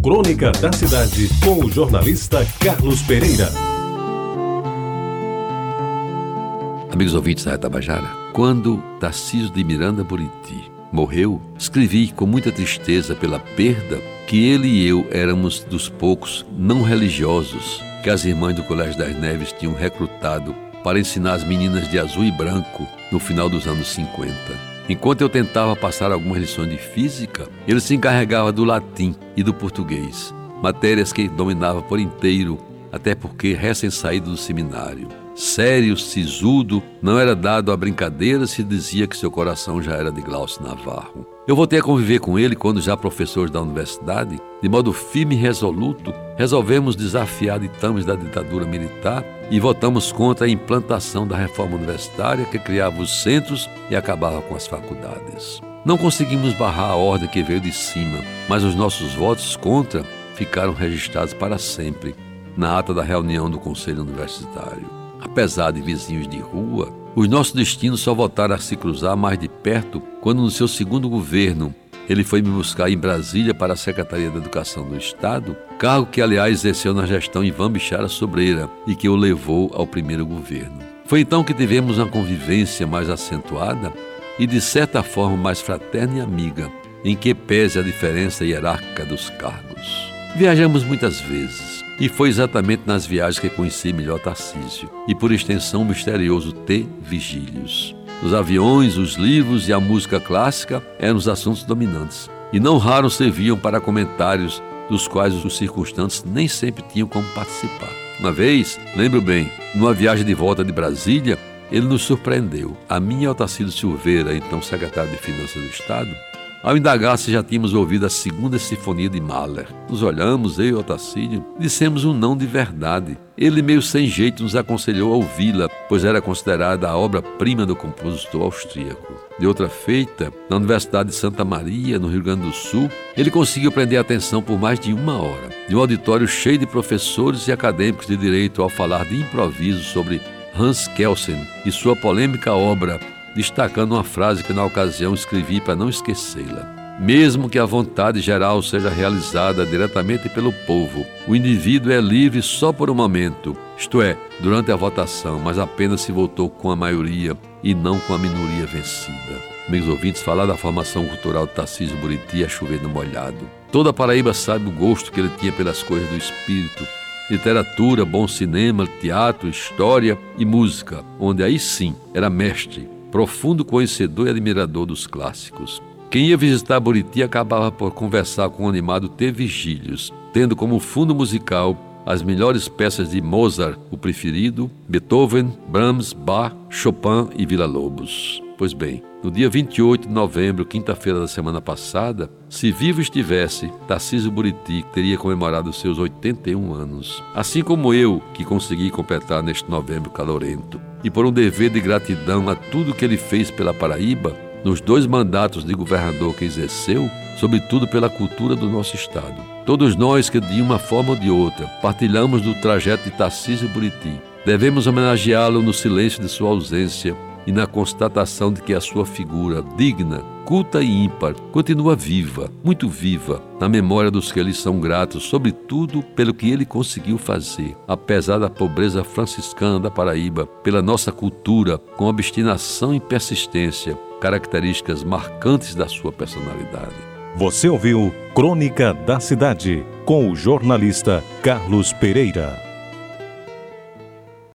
Crônica da Cidade, com o jornalista Carlos Pereira. Amigos ouvintes da Tabajara, quando Tarcísio de Miranda Buriti morreu, escrevi com muita tristeza pela perda que ele e eu éramos dos poucos não religiosos que as irmãs do Colégio das Neves tinham recrutado para ensinar as meninas de azul e branco no final dos anos 50. Enquanto eu tentava passar algumas lições de física, ele se encarregava do latim e do português, matérias que dominava por inteiro, até porque recém-saído do seminário. Sério, sisudo, não era dado a brincadeira se dizia que seu coração já era de Glaucio Navarro. Eu voltei a conviver com ele quando, já professores da universidade, de modo firme e resoluto, resolvemos desafiar ditames da ditadura militar e votamos contra a implantação da reforma universitária que criava os centros e acabava com as faculdades. Não conseguimos barrar a ordem que veio de cima, mas os nossos votos contra ficaram registrados para sempre na ata da reunião do Conselho Universitário. Apesar de vizinhos de rua, os nossos destinos só voltaram a se cruzar mais de perto quando, no seu segundo governo, ele foi me buscar em Brasília para a Secretaria da Educação do Estado, cargo que, aliás, exerceu na gestão Ivan Bichara Sobreira e que o levou ao primeiro governo. Foi então que tivemos uma convivência mais acentuada e, de certa forma, mais fraterna e amiga, em que pese a diferença hierárquica dos cargos. Viajamos muitas vezes, e foi exatamente nas viagens que conheci melhor Tarcísio, e por extensão o misterioso T. Vigílios. Os aviões, os livros e a música clássica eram os assuntos dominantes, e não raro serviam para comentários dos quais os circunstantes nem sempre tinham como participar. Uma vez, lembro bem, numa viagem de volta de Brasília, ele nos surpreendeu, a mim e ao Tarcísio Silveira, então secretário de Finanças do Estado, ao indagar se já tínhamos ouvido a segunda sinfonia de Mahler. Nos olhamos, eu e o Tarcísio, dissemos um não de verdade. Ele, meio sem jeito, nos aconselhou a ouvi-la, pois era considerada a obra-prima do compositor austríaco. De outra feita, na Universidade de Santa Maria, no Rio Grande do Sul, ele conseguiu prender a atenção por mais de uma hora, de um auditório cheio de professores e acadêmicos de direito, ao falar de improviso sobre Hans Kelsen e sua polêmica obra, destacando uma frase que na ocasião escrevi para não esquecê-la. Mesmo que a vontade geral seja realizada diretamente pelo povo, o indivíduo é livre só por um momento, isto é, durante a votação, mas apenas se votou com a maioria e não com a minoria vencida. Meus ouvintes, falar da formação cultural de Tarcísio Buriti é chover no molhado. Toda a Paraíba sabe o gosto que ele tinha pelas coisas do espírito, literatura, bom cinema, teatro, história e música, onde aí sim era mestre, profundo conhecedor e admirador dos clássicos. Quem ia visitar Buriti acabava por conversar com o animado T. Vigílios, tendo como fundo musical as melhores peças de Mozart, o preferido, Beethoven, Brahms, Bach, Chopin e Villa-Lobos. Pois bem, no dia 28 de novembro, quinta-feira da semana passada, se vivo estivesse, Tarcísio Buriti teria comemorado seus 81 anos. Assim como eu, que consegui completar neste novembro calorento. E por um dever de gratidão a tudo que ele fez pela Paraíba, nos 2 mandatos de governador que exerceu, sobretudo pela cultura do nosso estado. Todos nós que, de uma forma ou de outra, partilhamos do trajeto de Tarcísio Buriti, devemos homenageá-lo no silêncio de sua ausência e na constatação de que a sua figura, digna, culta e ímpar, continua viva, muito viva, na memória dos que lhes são gratos, sobretudo pelo que ele conseguiu fazer, apesar da pobreza franciscana da Paraíba, pela nossa cultura, com obstinação e persistência, características marcantes da sua personalidade. Você ouviu Crônica da Cidade, com o jornalista Carlos Pereira.